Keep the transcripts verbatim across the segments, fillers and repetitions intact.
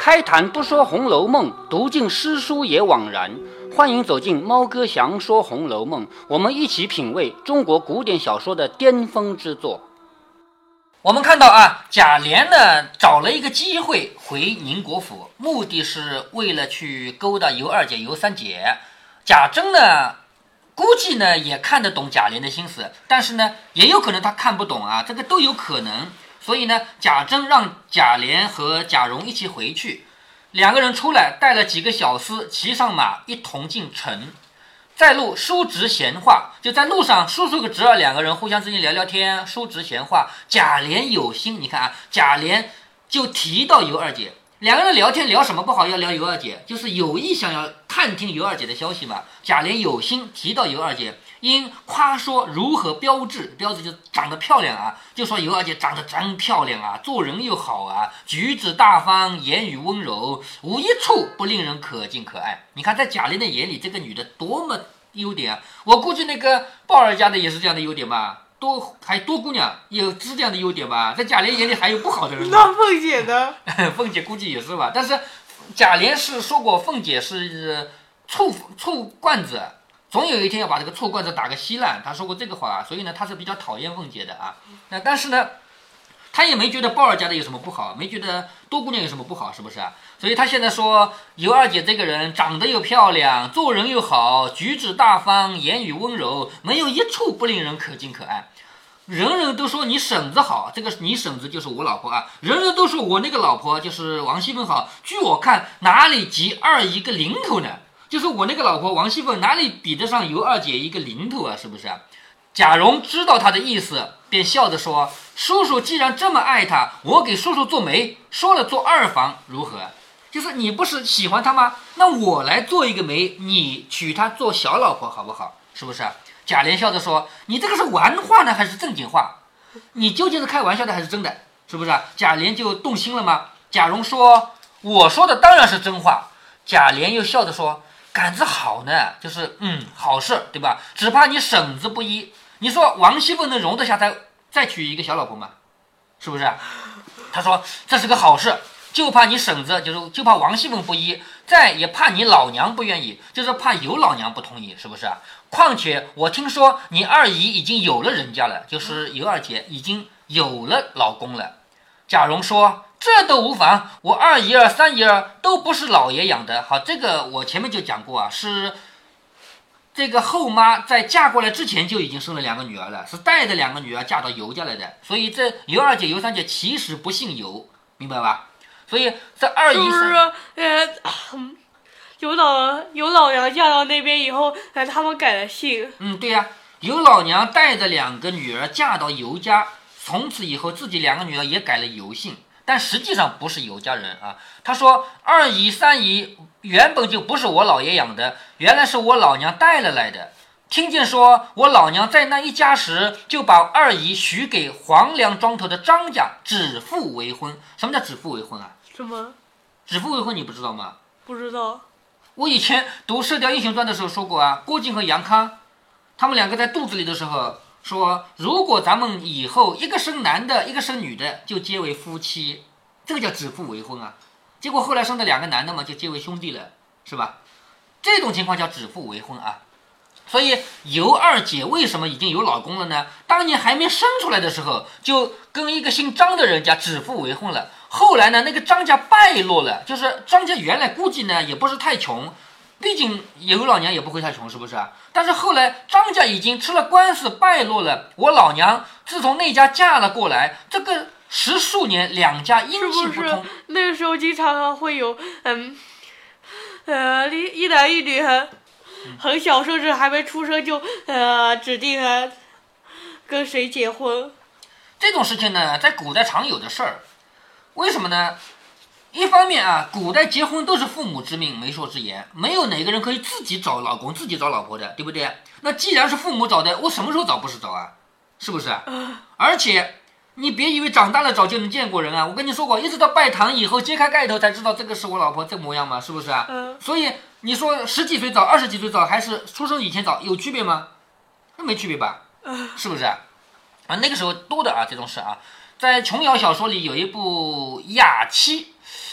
开坛不说《红楼梦》，读尽诗书也枉然。欢迎走进猫哥祥说《红楼梦》，我们一起品味中国古典小说的巅峰之作。我们看到啊，贾琏呢找了一个机会回宁国府，目的是为了去勾搭尤二姐、尤三姐。贾珍呢，估计呢也看得懂贾琏的心思，但是呢，也有可能他看不懂啊，这个都有可能。所以呢，贾珍让贾琏和贾蓉一起回去，两个人出来，带了几个小厮，骑上马，一同进城。在路叔侄闲话，就在路上叔叔和侄儿两个人互相之间聊聊天，叔侄闲话。贾琏有心，你看啊，贾琏就提到尤二姐，两个人聊天聊什么不好，要聊尤二姐，就是有意想要探听尤二姐的消息嘛。贾琏有心提到尤二姐，因夸说如何标致，标致就长得漂亮啊，就说尤二姐长得真漂亮啊，做人又好啊，举止大方，言语温柔，无一处不令人可敬可爱。你看在贾琏的眼里，这个女的多么优点啊！我估计那个鲍尔家的也是这样的优点吧，多还多姑娘也是这样的优点吧，在贾琏眼里还有不好的人。 那凤姐呢？ 凤姐估计也是吧，但是贾琏是说过凤姐是醋醋罐子，总有一天要把这个醋罐子打个稀烂，他说过这个话，所以呢他是比较讨厌凤姐的啊。那但是呢他也没觉得鲍尔家的有什么不好，没觉得多姑娘有什么不好，是不是啊？所以他现在说尤二姐这个人长得又漂亮，做人又好，举止大方，言语温柔，没有一处不令人可敬可爱。人人都说你婶子好，这个你婶子就是我老婆啊。人人都说我那个老婆就是王熙凤好，据我看哪里及二姨个零头呢？就是我那个老婆王熙凤哪里比得上尤二姐一个零头啊？是不是啊？贾蓉知道他的意思，便笑着说：“叔叔既然这么爱他，我给叔叔做媒，说了做二房如何？就是你不是喜欢他吗？那我来做一个媒，你娶她做小老婆好不好？是不是啊？”贾琏笑着说：“你这个是玩话呢，还是正经话？你究竟是开玩笑的还是真的？是不是啊？”贾琏就动心了吗？贾蓉说：“我说的当然是真话。”贾琏又笑着说：“杆子好呢，就是嗯好事，对吧？只怕你婶子不依。你说王熙凤能容得下再再娶一个小老婆吗？是不是？”他说：“这是个好事，就怕你婶子，就是就怕王熙凤不依，再也怕你老娘不愿意，就是怕尤老娘不同意，是不是？况且我听说你二姨已经有了人家了，就是尤二姐已经有了老公了。”贾蓉说：“这都无妨，我二姨儿、三姨儿都不是老爷养的。好，这个我前面就讲过啊，是这个后妈在嫁过来之前就已经生了两个女儿了，是带着两个女儿嫁到尤家来的，所以这尤二姐、尤三姐其实不姓尤，明白吧？所以这二姨是不是呃，尤老尤老娘嫁到那边以后，呃，他们改了姓。 嗯，对呀、啊，尤老娘带着两个女儿嫁到尤家，从此以后自己两个女儿也改了尤姓，但实际上不是尤家人啊。他说二姨、三姨原本就不是我老爷养的，原来是我老娘带了来的。听见说我老娘在那一家时，就把二姨许给黄梁庄头的张家，指腹为婚。什么叫指腹为婚啊？ 什么？ 指腹为婚你不知道吗？ 不知道。 我以前读《射雕英雄传》的时候说过啊，郭靖和杨康他们两个在肚子里的时候说，如果咱们以后一个生男的，一个生女的，就结为夫妻，这个叫指腹为婚啊。结果后来生的两个男的嘛，就结为兄弟了，是吧？这种情况叫指腹为婚啊。所以尤二姐为什么已经有老公了呢？当年还没生出来的时候，就跟一个姓张的人家指腹为婚了。后来呢，那个张家败落了，就是张家原来估计呢也不是太穷，毕竟尤老娘也不会太穷，是不是啊？但是后来张家已经吃了官司败落了，我老娘自从那家嫁了过来，这个十数年两家音信不通。 是不是那个时候经常会有嗯呃一一男一女很很小，甚至还没出生就呃指定了跟谁结婚？ 这种事情呢，在古代常有的事儿。为什么呢？一方面啊，古代结婚都是父母之命、媒妁之言，没有哪个人可以自己找老公、自己找老婆的，对不对？那既然是父母找的，我什么时候找不是找啊？是不是？而且你别以为长大了找就能见过人啊！我跟你说过，一直到拜堂以后揭开盖头才知道这个是我老婆这模样嘛，是不是啊？所以你说十几岁找、二十几岁找，还是出生以前找，有区别吗？那没区别吧？是不是啊？啊，那个时候多的啊，这种事啊。在琼瑶小说里有一部《雅妻》，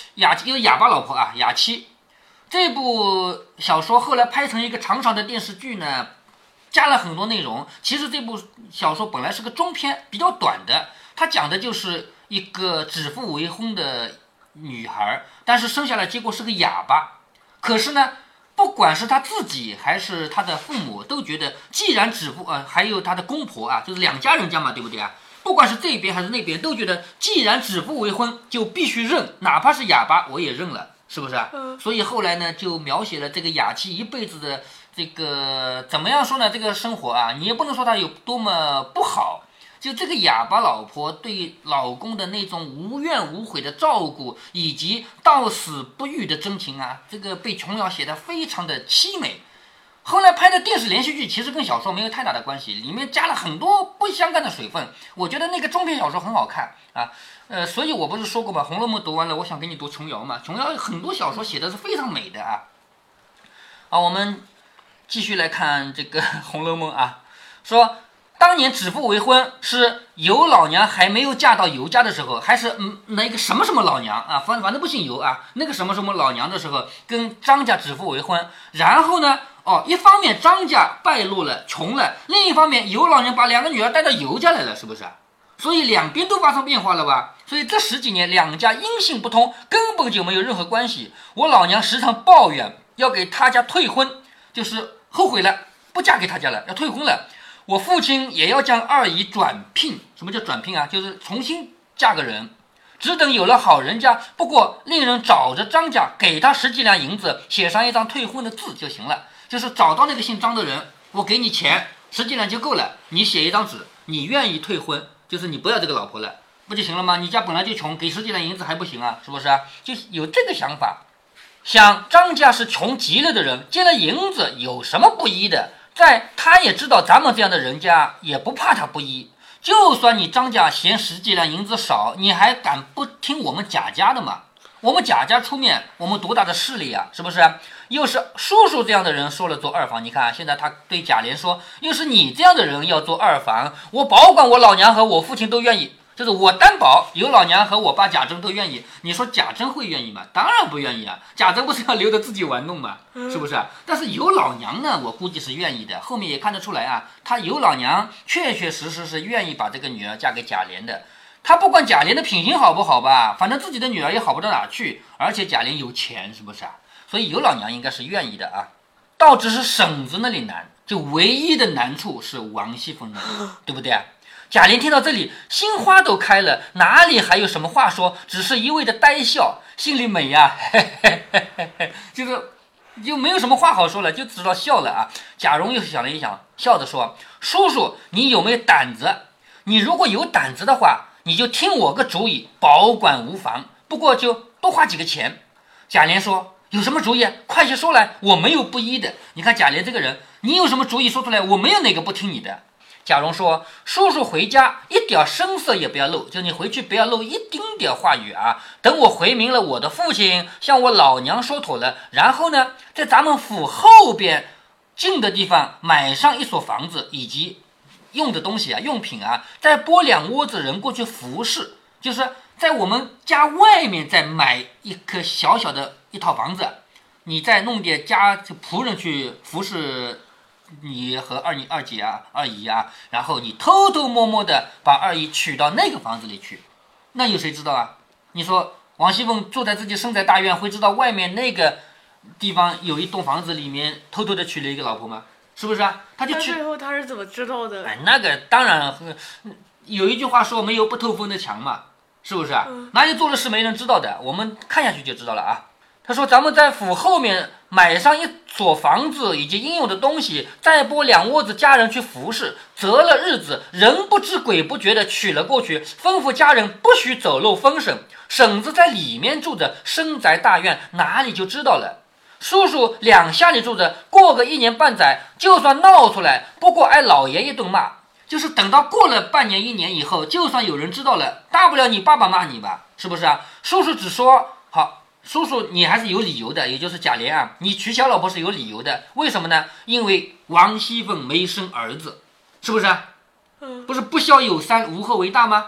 哑因为哑巴老婆啊，哑妻。这部小说后来拍成一个长长的电视剧呢，加了很多内容。其实这部小说本来是个中篇，比较短的，它讲的就是一个指腹为婚的女孩，但是生下来结果是个哑巴。可是呢，不管是她自己还是她的父母，都觉得既然指腹呃，还有她的公婆啊，就是两家人家嘛，对不对啊？不管是这边还是那边，都觉得既然指腹为婚，就必须认，哪怕是哑巴我也认了。是不是啊？ 嗯， 所以后来呢，就描写了这个哑妻一辈子的这个怎么样说呢？这个生活啊，你也不能说她有多么不好。就这个哑巴老婆对老公的那种无怨无悔的照顾，以及到死不渝的真情啊，这个被琼瑶写得非常的凄美。后来拍的电视连续剧其实跟小说没有太大的关系，里面加了很多不相干的水分。我觉得那个中篇小说很好看啊。呃，所以我不是说过吗？《红楼梦》读完了，我想给你读琼瑶嘛。琼瑶很多小说写的是非常美的啊。啊，我们继续来看这个《红楼梦》啊，说当年指腹为婚是尤老娘还没有嫁到尤家的时候，还是嗯那个什么什么老娘啊，反反正不姓尤啊，那个什么什么老娘的时候，跟张家指腹为婚。然后呢，哦，一方面张家败落了，穷了；另一方面尤老娘把两个女儿带到尤家来了，是不是？所以两边都发生变化了吧？所以这十几年两家音信不通，根本就没有任何关系。我老娘时常抱怨要给他家退婚，就是后悔了，不嫁给他家了，要退婚了。我父亲也要将二姨转聘。什么叫转聘啊？就是重新嫁个人，只等有了好人家。不过令人找着张家，给他十几两银子，写上一张退婚的字就行了。就是找到那个姓张的人，我给你钱十几两就够了，你写一张纸，你愿意退婚，就是你不要这个老婆了，不就行了吗？你家本来就穷，给十几两银子还不行啊？是不是啊？就有这个想法。想张家是穷极了的人，见了银子有什么不依的？在他也知道咱们这样的人家也不怕他不依。就算你张家嫌十几两银子少，你还敢不听我们贾家的吗？我们贾家出面，我们多大的势力啊，是不是？又是叔叔这样的人说了做二房，你看现在他对贾琏说，又是你这样的人要做二房，我保管我老娘和我父亲都愿意，就是我担保有老娘和我爸贾珍都愿意。你说贾珍会愿意吗？当然不愿意啊，贾珍不是要留着自己玩弄吗？是不是？但是有老娘呢，我估计是愿意的。后面也看得出来啊，他有老娘确确实实是愿意把这个女儿嫁给贾琏的。他不管贾琏的品行好不好吧，反正自己的女儿也好不到哪去，而且贾琏有钱，是不是啊？所以有老娘应该是愿意的啊。倒只是婶子那里难，就唯一的难处是王熙凤那里，对不对啊？贾琏听到这里，心花都开了，哪里还有什么话说？只是一味的呆笑，心里美呀、啊，嘿嘿嘿嘿嘿，就是就没有什么话好说了，就知道笑了啊。贾蓉又想了一想，笑着说：“叔叔，你有没有胆子？你如果有胆子的话，你就听我个主意，保管无妨，不过就多花几个钱。”贾琏说：“有什么主意？快些说来，我没有不依的。”你看贾琏这个人，你有什么主意说出来，我没有哪个不听你的。贾蓉说：“叔叔回家一点声色也不要露，就你回去不要露一丁点话语啊。等我回明了我的父亲，向我老娘说妥了，然后呢，在咱们府后边近的地方买上一所房子，以及用的东西啊、用品啊，再拨两窝子人过去服侍，就是在我们家外面再买一个小小的一套房子，你再弄点家仆人去服侍你和二你二姐啊、二姨啊，然后你偷偷摸摸的把二姨娶到那个房子里去，那有谁知道啊？你说王熙凤住在自己深宅大院，会知道外面那个地方有一栋房子里面偷偷的娶了一个老婆吗？是不是啊？他就去。 最后他是怎么知道的？ 哎，那个当然，有一句话说没有不透风的墙嘛，是不是啊？ 嗯、 哪里做的事没人知道的，我们看下去就知道了啊。他说咱们在府后面买上一所房子以及应用的东西，再拨两窝子家人去服侍，择了日子，人不知鬼不觉的娶了过去，吩咐家人不许走漏风声。婶子在里面住着，深宅大院，哪里就知道了。叔叔两下里住着，过个一年半载，就算闹出来，不过挨老爷一顿骂。就是等到过了半年一年以后，就算有人知道了，大不了你爸爸骂你吧，是不是啊？叔叔只说好，叔叔你还是有理由的，也就是贾琏啊，你娶小老婆是有理由的。为什么呢？因为王熙凤没生儿子，是不是啊？不是不孝有三，无后为大吗？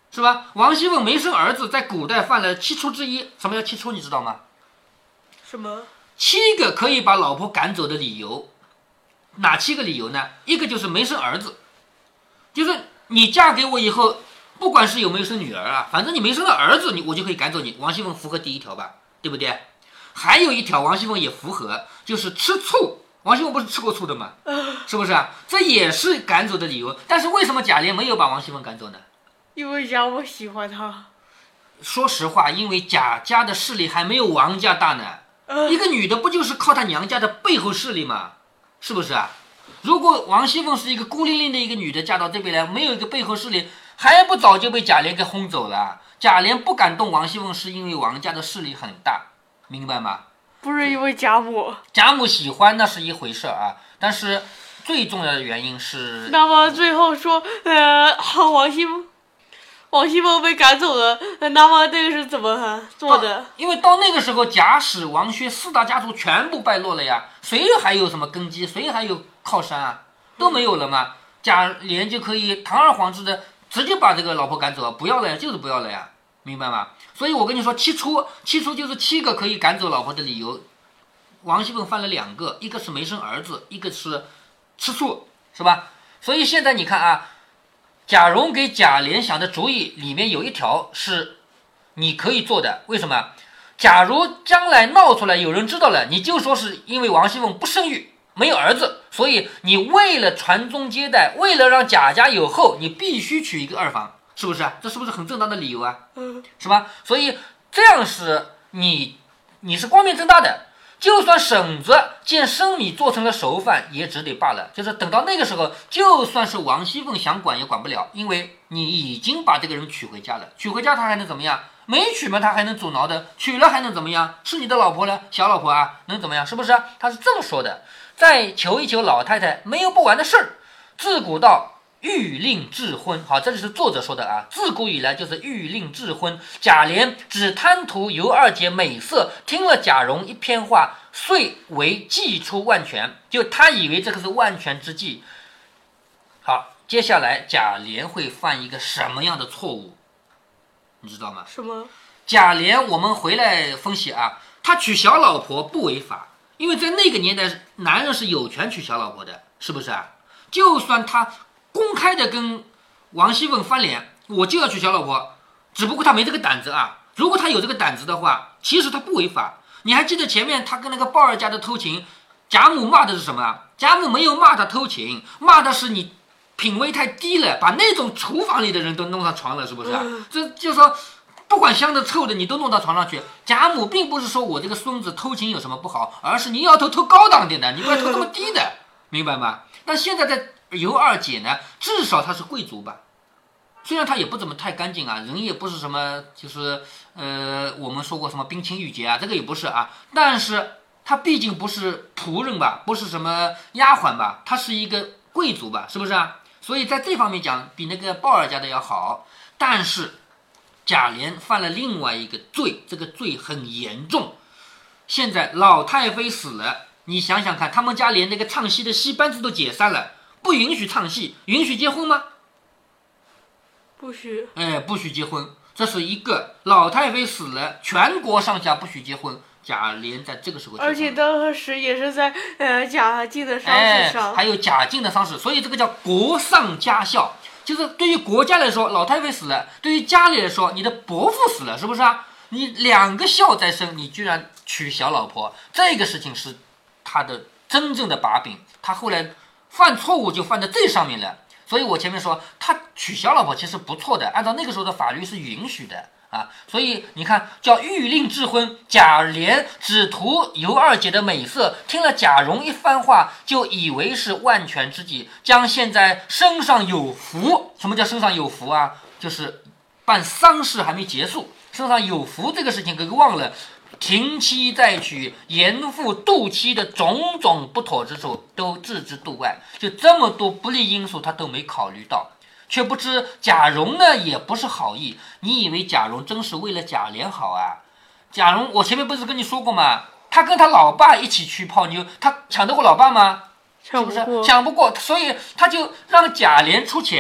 是吧？王熙凤没生儿子，在古代犯了七出之一。什么叫七出？你知道吗？ 什么？ 七个可以把老婆赶走的理由。哪七个理由呢？一个就是没生儿子，就是你嫁给我以后，不管是有没有生女儿啊，反正你没生到儿子，你我就可以赶走你。王熙凤符合第一条吧，对不对？还有一条王熙凤也符合，就是吃醋。王熙凤不是吃过醋的吗？是不是啊？这也是赶走的理由。但是为什么贾琏没有把王熙凤赶走呢？ 因为贾母喜欢他。 说实话，因为贾家的势力还没有王家大呢。一个女的不就是靠她娘家的背后势力吗？是不是啊？如果王熙凤是一个孤零零的一个女的嫁到这边来，没有一个背后势力，还不早就被贾琏给轰走了。贾琏不敢动王熙凤，是因为王家的势力很大，明白吗？ 不是因为贾母。 贾母喜欢那是一回事啊，但是最重要的原因是…… 那么最后说，呃，王熙凤。王熙凤被赶走了，那么这个是怎么做的？ 啊、因为到那个时候，贾史王薛四大家族全部败落了呀，谁还有什么根基？谁还有靠山啊？都没有了嘛。贾琏就可以堂而皇之的直接把这个老婆赶走，不要了呀，就是不要了呀，明白吗？所以我跟你说，七出，七出就是七个可以赶走老婆的理由。王熙凤犯了两个，一个是没生儿子，一个是吃醋，是吧？所以现在你看啊。贾蓉给贾琏想的主意里面有一条是你可以做的，为什么？假如将来闹出来有人知道了，你就说是因为王熙凤不生育，没有儿子，所以你为了传宗接代，为了让贾家有后，你必须娶一个二房，是不是？这是不是很正当的理由啊？ 嗯， 是吧？所以这样是你你是光明正大的。就算婶子见生米做成了熟饭，也只得罢了。就是等到那个时候，就算是王熙凤想管也管不了，因为你已经把这个人娶回家了。娶回家他还能怎么样？没娶嘛，他还能阻挠的；娶了还能怎么样？是你的老婆了，小老婆啊，能怎么样？是不是？他是这么说的。再求一求老太太，没有不完的事儿。自古到欲令智昏，好，这里是作者说的啊。自古以来就是欲令智昏。贾琏只贪图尤二姐美色，听了贾蓉一篇话，遂为计出万全，就他以为这个是万全之计。好，接下来贾琏会犯一个什么样的错误？你知道吗？ 什么？ 贾琏，我们回来分析啊，他娶小老婆不违法，因为在那个年代，男人是有权娶小老婆的，是不是啊？就算他公开的跟王熙凤翻脸，我就要娶小老婆，只不过他没这个胆子啊。如果他有这个胆子的话，其实他不违法。你还记得前面他跟那个鲍二家的偷情，贾母骂的是什么？贾母没有骂他偷情，骂的是你品味太低了，把那种厨房里的人都弄上床了，是不是啊？这就是说，不管香的臭的，你都弄到床上去。贾母并不是说我这个孙子偷情有什么不好，而是你要偷偷高档点的，你不要偷这么低的，明白吗？但现在在尤二姐呢，至少她是贵族吧，虽然她也不怎么太干净啊，人也不是什么就是呃我们说过什么冰清玉洁啊，这个也不是啊，但是她毕竟不是仆人吧，不是什么丫鬟吧，她是一个贵族吧，是不是啊？所以在这方面讲比那个鲍二家的要好。但是贾琏犯了另外一个罪，这个罪很严重。现在老太妃死了，你想想看，他们家连那个唱戏的戏班子都解散了，不允许唱戏，允许结婚吗？ 不许。 哎，不许结婚，这是一个。老太妃死了，全国上下不许结婚。贾琏在这个时候， 而且当时也是在呃贾静的丧事上、 哎，还有贾静的丧事，所以这个叫国丧家孝。就是对于国家来说，老太妃死了；对于家里来说，你的伯父死了，是不是啊？你两个孝在身，你居然娶小老婆，这个事情是他的真正的把柄。他后来犯错误就犯在这上面了。所以我前面说他娶小老婆其实不错的，按照那个时候的法律是允许的啊。所以你看，叫欲令智昏，贾琏只图尤二姐的美色，听了贾蓉一番话，就以为是万全之计，将现在身上有福。什么叫身上有福啊？就是办丧事还没结束，身上有福这个事情给忘了。停妻再娶，严父妒妻的种种不妥之处都置之度外，就这么多不利因素他都没考虑到。却不知贾蓉呢也不是好意，你以为贾蓉真是为了贾琏好啊？贾蓉，我前面不是跟你说过吗？他跟他老爸一起去泡妞，他抢得过老爸吗？是不是抢不过？所以他就让贾琏出钱，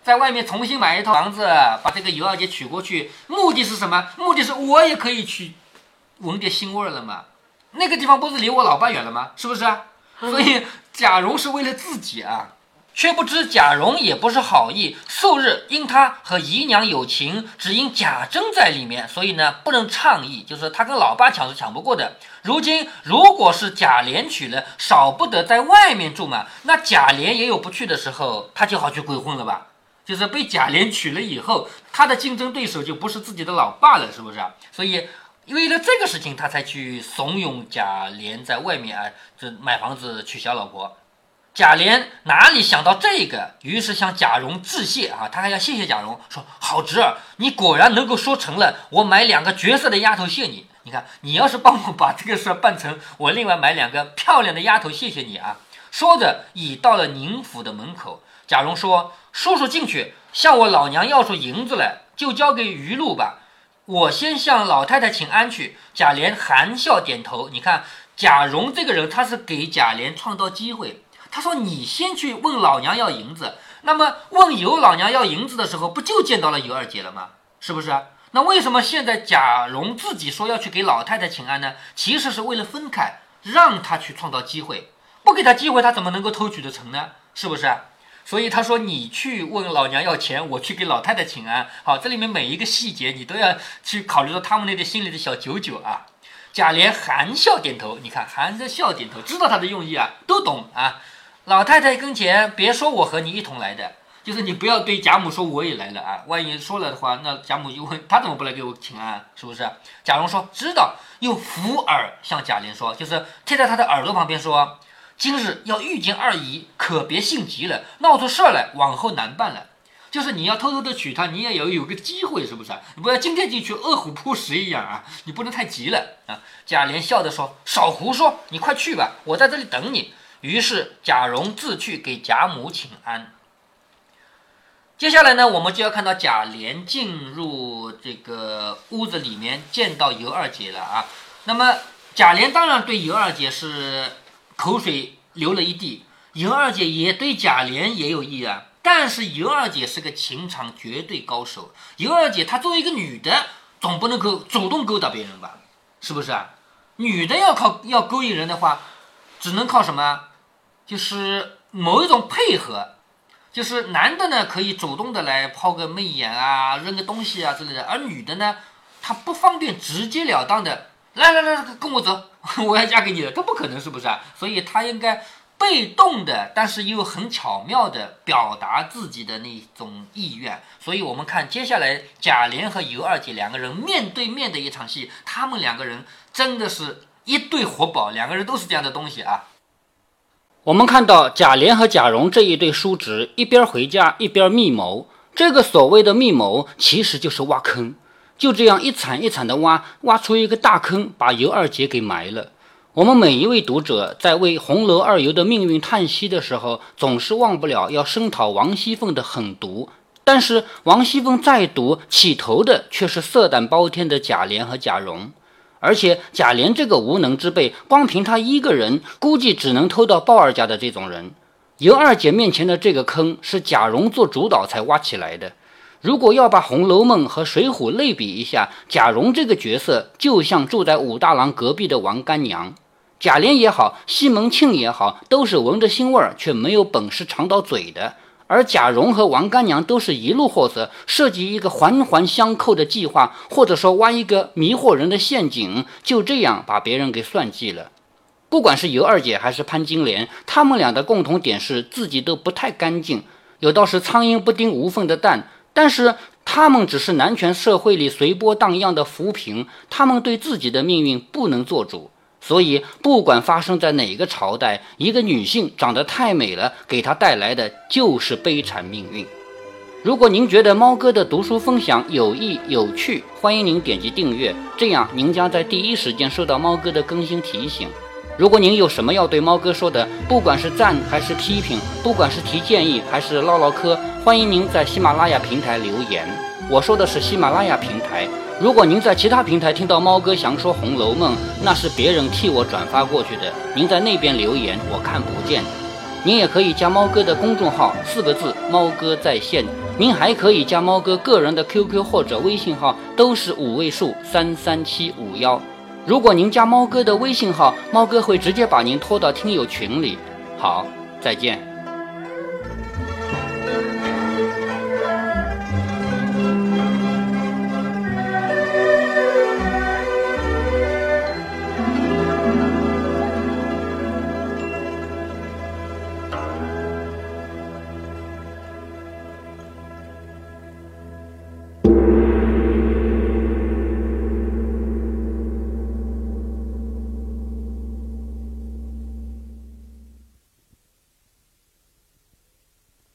在外面重新买一套房子，把这个尤二姐娶过去，目的是什么？目的是我也可以去闻点腥味了嘛。那个地方不是离我老爸远了吗？是不是啊？所以贾蓉是为了自己啊。却不知贾蓉也不是好意，素日因他和姨娘有情，只因贾珍在里面，所以呢不能倡议，就是他跟老爸抢是抢不过的。如今如果是贾琏娶了，少不得在外面住嘛，那贾琏也有不去的时候，他就好去鬼混了吧？就是被贾琏娶了以后，他的竞争对手就不是自己的老爸了，是不是啊？所以为了这个事情，他才去怂恿贾琏在外面啊，这买房子娶小老婆。贾琏哪里想到这个，于是向贾蓉致谢啊，他还要谢谢贾蓉，说好侄儿，你果然能够说成了，我买两个绝色的丫头谢你。你看，你要是帮我把这个事办成，我另外买两个漂亮的丫头谢谢你啊。说着已到了宁府的门口，贾蓉说，叔叔进去向我老娘要出银子来，就交给余禄吧，我先向老太太请安去。贾琏含笑点头。你看贾蓉这个人，他是给贾琏创造机会，他说你先去问老娘要银子，那么问尤老娘要银子的时候，不就见到了尤二姐了吗？是不是啊？那为什么现在贾蓉自己说要去给老太太请安呢？其实是为了分开，让他去创造机会，不给他机会他怎么能够偷取得成呢？是不是啊？所以他说你去问老娘要钱，我去给老太太请安。好，这里面每一个细节你都要去考虑到他们那点心里的小九九啊。贾琏含笑点头，你看含着笑点头，知道他的用意啊，都懂啊。老太太跟前别说我和你一同来的，就是你不要对贾母说我也来了啊，万一说了的话，那贾母就问他怎么不来给我请安，是不是？贾蓉说知道，又扶耳向贾琏说，就是贴在他的耳朵旁边说，今日要遇见二姨，可别性急了，闹出事来，往后难办了。就是你要偷偷的娶她，你也要有个机会，是不是？你不要今天就去饿虎扑食一样啊，你不能太急了啊。贾琏笑着说，少胡说，你快去吧，我在这里等你。于是贾蓉自去给贾母请安。接下来呢，我们就要看到贾琏进入这个屋子里面，见到尤二姐了啊。那么贾琏当然对尤二姐是口水流了一地，尤二姐也对贾琏也有意啊。但是尤二姐是个情场绝对高手，尤二姐她作为一个女的，总不能够主动勾搭别人吧？是不是啊？女的要靠要勾引人的话，只能靠什么？就是某一种配合。就是男的呢，可以主动的来抛个媚眼啊，扔个东西啊之类的，而女的呢，她不方便直截了当的来来来跟我走，我要嫁给你了，她不可能，是不是啊？所以她应该被动的，但是又很巧妙的表达自己的那种意愿。所以我们看接下来贾琏和尤二姐两个人面对面的一场戏，他们两个人真的是一对活宝，两个人都是这样的东西啊。 我们看到贾琏和贾蓉这一对叔侄，一边回家一边密谋。这个所谓的密谋其实就是挖坑，就这样一铲一铲的挖，挖出一个大坑，把尤二姐给埋了。我们每一位读者在为红楼二尤的命运叹息的时候，总是忘不了要声讨王熙凤的狠毒，但是王熙凤再毒，起头的却是色胆包天的贾琏和贾蓉。而且贾琏这个无能之辈，光凭他一个人，估计只能偷到鲍二家的这种人。尤二姐面前的这个坑是贾蓉做主导才挖起来的。如果要把《红楼梦》和《水浒》类比一下，贾蓉这个角色就像住在武大郎隔壁的王干娘。贾琏也好，西门庆也好，都是闻着腥味却没有本事尝到嘴的。而贾蓉和王干娘都是一路货色，设计一个环环相扣的计划，或者说挖一个迷惑人的陷阱，就这样把别人给算计了。不管是尤二姐还是潘金莲，他们俩的共同点是自己都不太干净，有道是苍蝇不叮无缝的蛋，但是他们只是男权社会里随波荡漾的浮萍，他们对自己的命运不能做主。所以不管发生在哪个朝代，一个女性长得太美了，给她带来的就是悲惨命运。如果您觉得猫哥的读书分享有益有趣，欢迎您点击订阅，这样您将在第一时间收到猫哥的更新提醒。如果您有什么要对猫哥说的，不管是赞还是批评，不管是提建议还是唠唠嗑，欢迎您在喜马拉雅平台留言。我说的是喜马拉雅平台，如果您在其他平台听到猫哥详说《红楼梦》，那是别人替我转发过去的，您在那边留言我看不见。您也可以加猫哥的公众号，四个字，猫哥在线， 您还可以加猫哥个人的 Q Q 或者微信号，都是五位数三三七五幺。如果您加猫哥的微信号，猫哥会直接把您拖到听友群里。好，再见。